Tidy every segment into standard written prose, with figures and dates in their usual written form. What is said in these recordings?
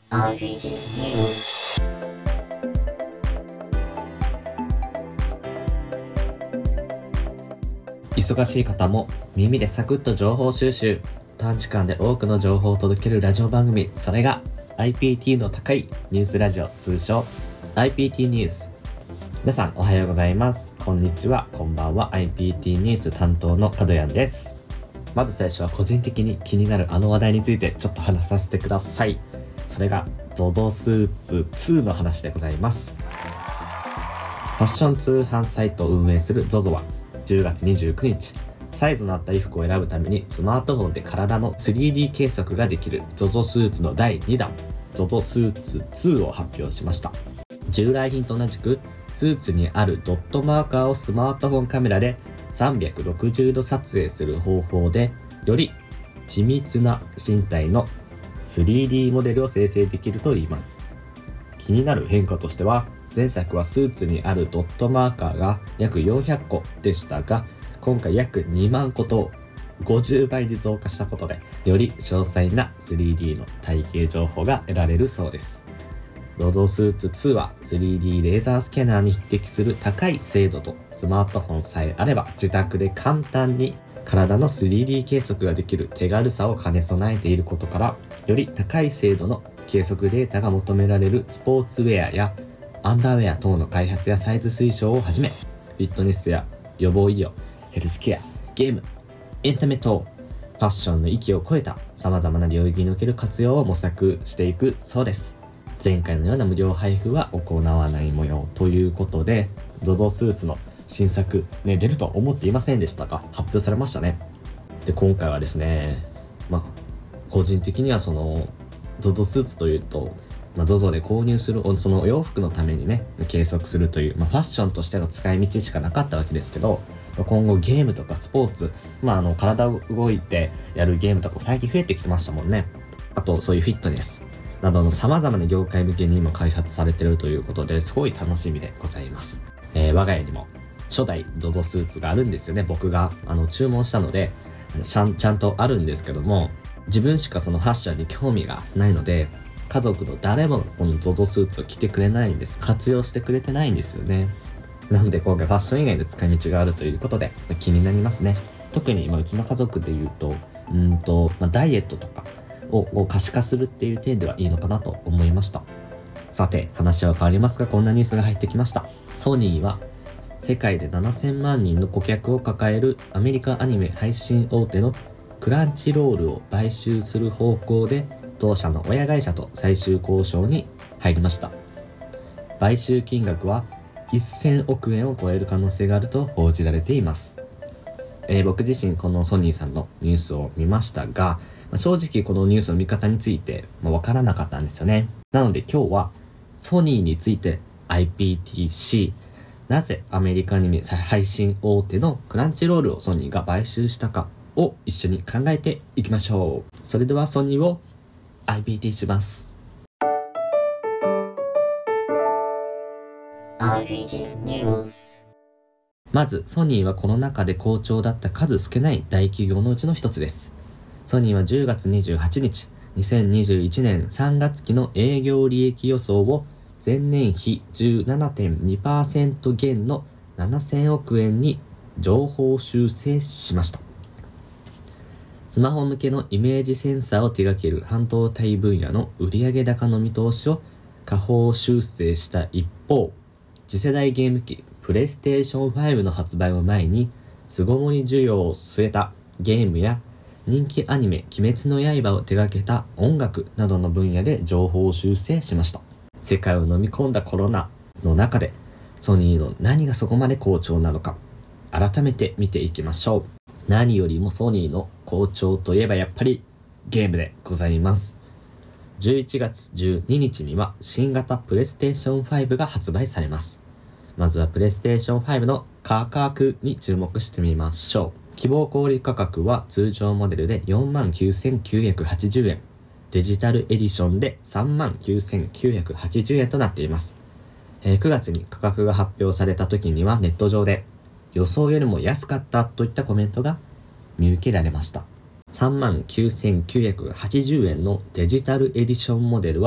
RPT ニュース。忙しい方も耳でサクッと情報収集、短時間で多くの情報を届けるラジオ番組、それが IPT の高いニュースラジオ、通称 IPT ニュース。皆さんおはようございます、こんにちは、こんばんは。 IPT ニュース担当の角谷です。まず最初は個人的に気になるあの話題についてちょっと話させてください。それが ZOZO スーツ2の話でございます。ファッション通販サイトを運営する ZOZO は10月29日、サイズの合った衣服を選ぶためにスマートフォンで体の 3D 計測ができる ZOZO スーツの第2弾 ZOZO スーツ2を発表しました。従来品と同じくスーツにあるドットマーカーをスマートフォンカメラで360度撮影する方法で、より緻密な身体の 3D モデルを生成できるといいます。気になる変化としては、前作はスーツにあるドットマーカーが約400個でしたが、今回約2万個と50倍に増加したことで、より詳細な 3D の体型情報が得られるそうです。ZOZO スーツ2は 3D レーザースキャナーに匹敵する高い精度とスマートフォンさえあれば自宅で簡単に体の 3D 計測ができる手軽さを兼ね備えていることから、より高い精度の計測データが求められるスポーツウェアやアンダーウェア等の開発やサイズ推奨をはじめ、フィットネスや予防医療、ヘルスケア、ゲーム、エンタメ等、ファッションの域を超えた様々な領域における活用を模索していくそうです。前回のような無料配布は行わない模様ということで、 ZOZO スーツの新作ね、出るとは思っていませんでしたが発表されましたね。で、今回はですね、個人的にはその ZOZO スーツというと、ZOZO で購入するそのお洋服のためにね計測するという、ファッションとしての使い道しかなかったわけですけど、今後ゲームとかスポーツ、体を動いてやるゲームとか最近増えてきてましたもんね。あとそういうフィットネスなどの様々な業界向けに今開発されているということで、すごい楽しみでございます。我が家にも初代 ZOZO スーツがあるんですよね。僕が注文したのでちゃんとあるんですけども、自分しかそのファッションに興味がないので、家族の誰もこの ZOZO スーツを着てくれないんです。活用してくれてないんですよね。なので今回ファッション以外で使い道があるということで気になりますね。特に今うちの家族で言うとダイエットとかを可視化するっていう点ではいいのかなと思いました。さて話は変わりますが、こんなニュースが入ってきました。ソニーは世界で7000万人の顧客を抱えるアメリカアニメ配信大手のクランチロールを買収する方向で同社の親会社と最終交渉に入りました。買収金額は1000億円を超える可能性があると報じられています。僕自身このソニーさんのニュースを見ましたが、正直このニュースの見方についてわからなかったんですよね。なので今日はソニーについて IPTC、 なぜアメリカアニメ配信大手のクランチロールをソニーが買収したかを一緒に考えていきましょう。それではソニーを IPT します。 RPT ニュース。 まずソニーはこの中で好調だった数少ない大企業のうちの一つです。ソニーは10月28日、2021年3月期の営業利益予想を前年比 17.2% 減の7000億円に上方修正しました。スマホ向けのイメージセンサーを手掛ける半導体分野の売上高の見通しを下方修正した一方、次世代ゲーム機プレイステーション5の発売を前に巣ごもり需要を据えたゲームや人気アニメ鬼滅の刃を手掛けた音楽などの分野で情報を修正しました。世界を飲み込んだコロナの中でソニーの何がそこまで好調なのか改めて見ていきましょう。何よりもソニーの好調といえばやっぱりゲームでございます。11月12日には新型プレイステーション5が発売されます。まずはプレイステーション5の価格に注目してみましょう。希望小売価格は通常モデルで 49,980 円、デジタルエディションで 39,980 円となっています。9月に価格が発表された時にはネット上で予想よりも安かったといったコメントが見受けられました。39,980 円のデジタルエディションモデルは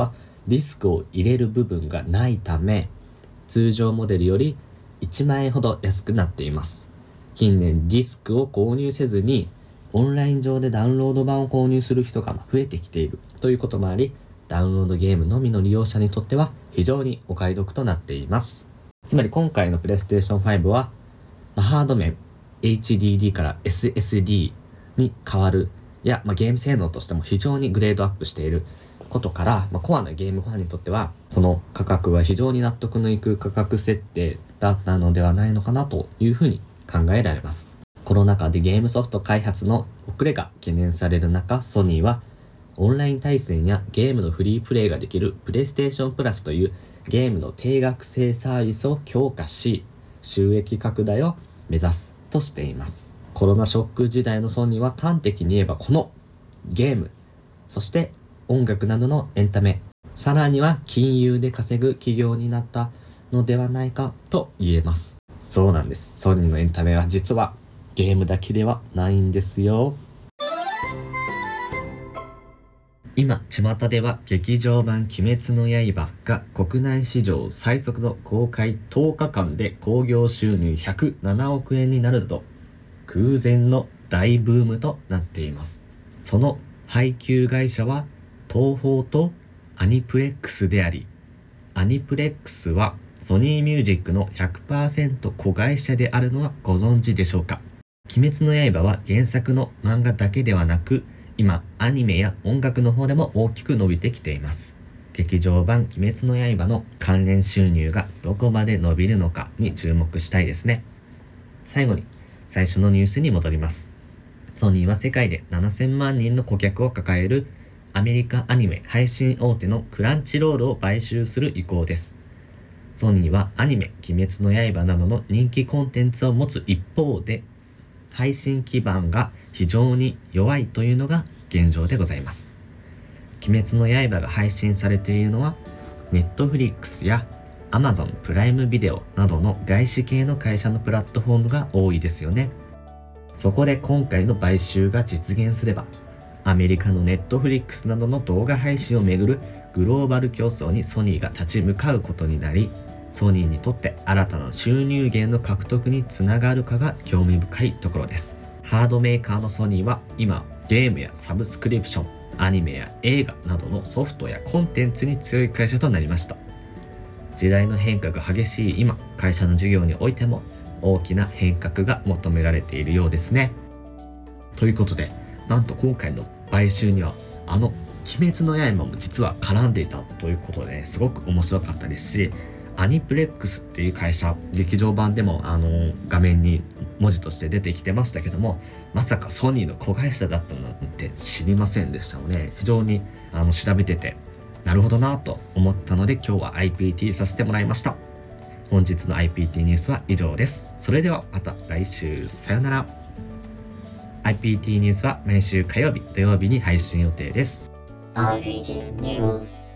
ディスクを入れる部分がないため、通常モデルより1万円ほど安くなっています。近年ディスクを購入せずにオンライン上でダウンロード版を購入する人が増えてきているということもあり、ダウンロードゲームのみの利用者にとっては非常にお買い得となっています。つまり今回のプレイステーション5は、ハード面 HDD から SSD に変わるゲーム性能としても非常にグレードアップしていることから、コアなゲームファンにとってはこの価格は非常に納得のいく価格設定だったのではないのかなというふうに考えられます。コロナ禍でゲームソフト開発の遅れが懸念される中、ソニーはオンライン対戦やゲームのフリープレイができるプレイステーションプラスというゲームの定額制サービスを強化し、収益拡大を目指すとしています。コロナショック時代のソニーは端的に言えばこのゲーム、そして音楽などのエンタメ、さらには金融で稼ぐ企業になったのではないかと言えます。そうなんです。ソニーのエンタメは実はゲームだけではないんですよ。今、巷では劇場版鬼滅の刃が国内史上最速の公開10日間で興行収入107億円になるなど空前の大ブームとなっています。その配給会社は東宝とアニプレックスであり、アニプレックスはソニーミュージックの 100% 子会社であるのはご存知でしょうか。鬼滅の刃は原作の漫画だけではなく、今アニメや音楽の方でも大きく伸びてきています。劇場版鬼滅の刃の関連収入がどこまで伸びるのかに注目したいですね。最後に最初のニュースに戻ります。ソニーは世界で7000万人の顧客を抱えるアメリカアニメ配信大手のクランチロールを買収する意向です。ソニーはアニメ鬼滅の刃などの人気コンテンツを持つ一方で、配信基盤が非常に弱いというのが現状でございます。鬼滅の刃が配信されているのは Netflix や Amazon プライムビデオなどの外資系の会社のプラットフォームが多いですよね。そこで今回の買収が実現すれば、アメリカの Netflix などの動画配信をめぐるグローバル競争にソニーが立ち向かうことになり、ソニーにとって新たな収入源の獲得につながるかが興味深いところです。ハードメーカーのソニーは今、ゲームやサブスクリプション、アニメや映画などのソフトやコンテンツに強い会社となりました。時代の変化が激しい今、会社の事業においても大きな変革が求められているようですね。ということで、なんと今回の買収には鬼滅の刃も実は絡んでいたということで、すごく面白かったですし、アニプレックスっていう会社、劇場版でも画面に文字として出てきてましたけども、まさかソニーの子会社だったなんて知りませんでしたので、非常に調べててなるほどなと思ったので、今日は IPT させてもらいました。本日の IPT ニュースは以上です。それではまた来週、さよなら。IPT ニュースは毎週火曜日、土曜日に配信予定です。 IPT News